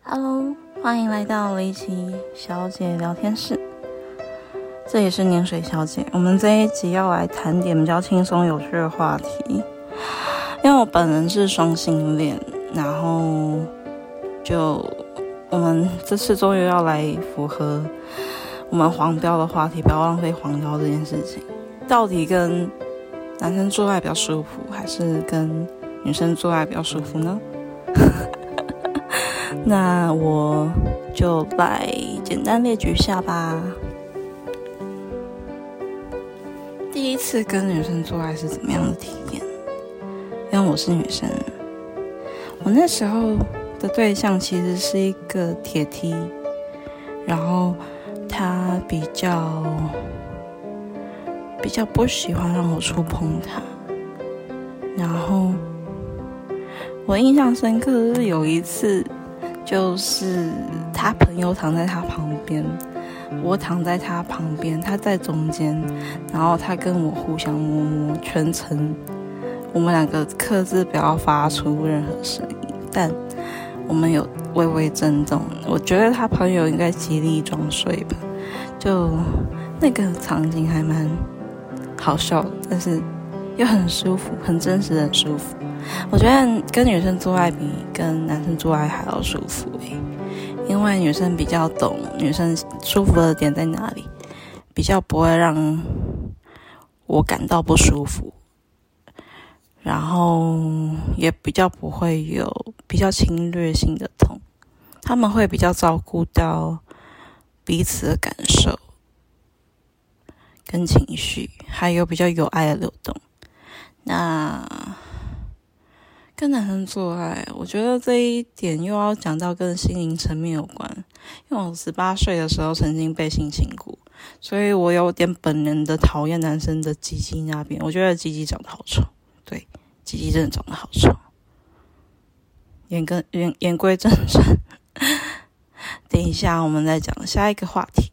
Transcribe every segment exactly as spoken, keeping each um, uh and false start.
Hello，欢迎来到离奇小姐聊天室，这里是年水小姐。我们这一集要来谈点比较轻松有趣的话题，因为我本人是双性恋，然后就我们这次终于要来符合我们黄标的话题，不要浪费黄标这件事情。到底跟男生做爱比较舒服，还是跟女生做爱比较舒服呢？那我就来简单列举一下吧。第一次跟女生做爱是怎么样的体验？因为我是女生，我那时候的对象其实是一个铁梯，然后他比较比较不喜欢让我触碰他，然后我印象深刻的是有一次，就是他朋友躺在他旁边，我躺在他旁边，他在中间，然后他跟我互相摸摸，全程我们两个各自不要发出任何声音，但我们有微微震动。我觉得他朋友应该极力装睡吧，就那个场景还蛮好笑的，但是又很舒服，很真实的很舒服。我觉得跟女生做爱比跟男生做爱还要舒服欸，因为女生比较懂女生舒服的点在哪里，比较不会让我感到不舒服，然后也比较不会有比较侵略性的痛，他们会比较照顾到彼此的感受跟情绪，还有比较有爱的流动。那跟男生做爱，我觉得这一点又要讲到跟心灵层面有关。因为我十八岁的时候曾经被性侵过，所以我有点本能的讨厌男生的鸡鸡那边。我觉得鸡鸡长得好丑，对，鸡鸡真的长得好丑。言跟言言归正传，等一下我们再讲下一个话题。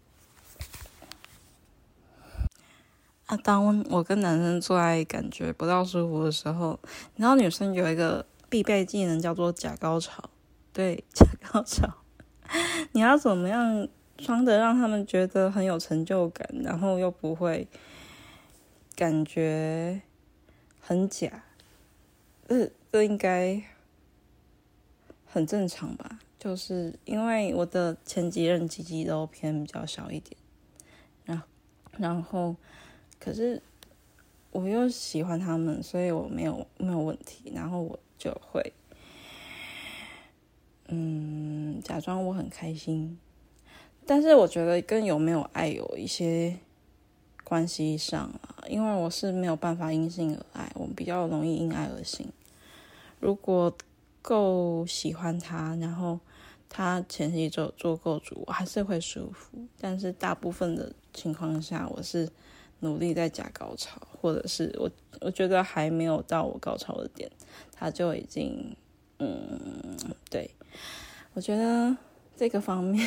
啊，当我跟男生做爱感觉不到舒服的时候，然后女生有一个必备技能叫做假高潮，对，假高潮，你要怎么样装的让他们觉得很有成就感，然后又不会感觉很假，这这应该很正常吧？就是因为我的前几任鸡鸡都偏比较小一点，然后然后。可是我又喜欢他们，所以我没有没有问题，然后我就会嗯假装我很开心。但是我觉得跟有没有爱有一些关系上啊，因为我是没有办法因性而爱，我比较容易因爱而性。如果够喜欢他，然后他前期做做够足，我还是会舒服。但是大部分的情况下，我是努力在假高潮，或者是我我觉得还没有到我高潮的点，他就已经嗯，对，我觉得这个方面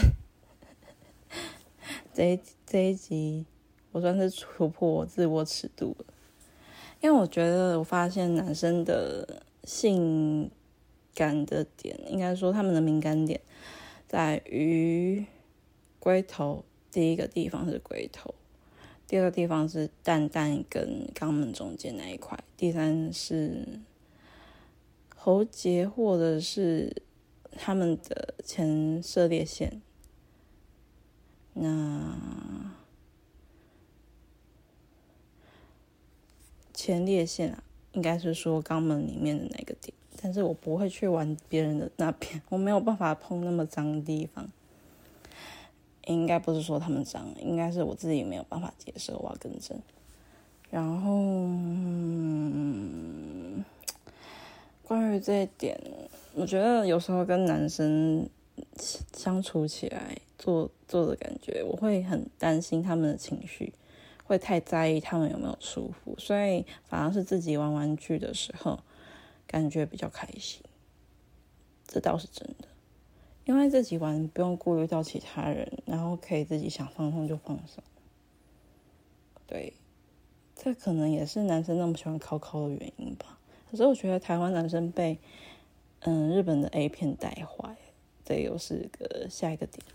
这一这一集我算是突破我自我尺度了，因为我觉得我发现男生的性感的点，应该说他们的敏感点在于龟头，第一个地方是龟头。第二个地方是蛋蛋跟肛门中间那一块，第三是喉结或者是他们的前射列腺。那前列腺啊，应该是说肛门里面的那个点，但是我不会去玩别人的那边，我没有办法碰那么脏的地方。应该不是说他们脏，应该是我自己没有办法接受，我要更正。然后、嗯、关于这一点，我觉得有时候跟男生相处起来做做的感觉，我会很担心他们的情绪，会太在意他们有没有舒服，所以反而是自己玩玩具的时候感觉比较开心，这倒是真的。因为自己玩不用顾虑到其他人，然后可以自己想放松就放松。对，这可能也是男生那么喜欢靠靠的原因吧。可是我觉得台湾男生被嗯日本的 A 片带坏， 这又是个下一个点。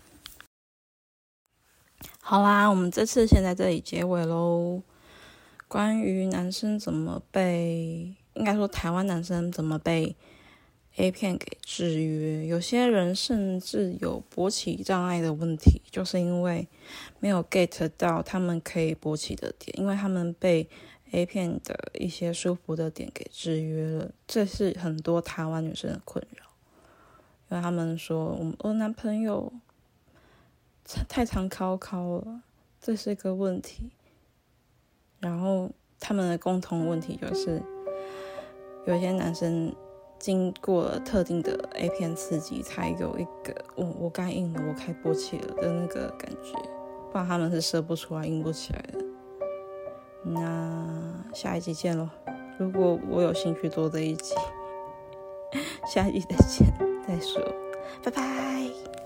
好啦，我们这次先在这里结尾咯。关于男生怎么被，应该说台湾男生怎么被 A 片给制约，有些人甚至有勃起障碍的问题，就是因为没有 get 到他们可以勃起的点，因为他们被 A 片的一些舒服的点给制约了，这是很多台湾女生的困扰。因为他们说我男朋友太常靠靠了，这是个问题。然后他们的共同问题就是，有些男生经过了特定的 A 片刺激，才有一个我我该硬了，我该勃起了的那个感觉，不然他们是射不出来、硬不起来的。那下一集见咯，如果我有兴趣做这一集，下一集再见再说，拜拜。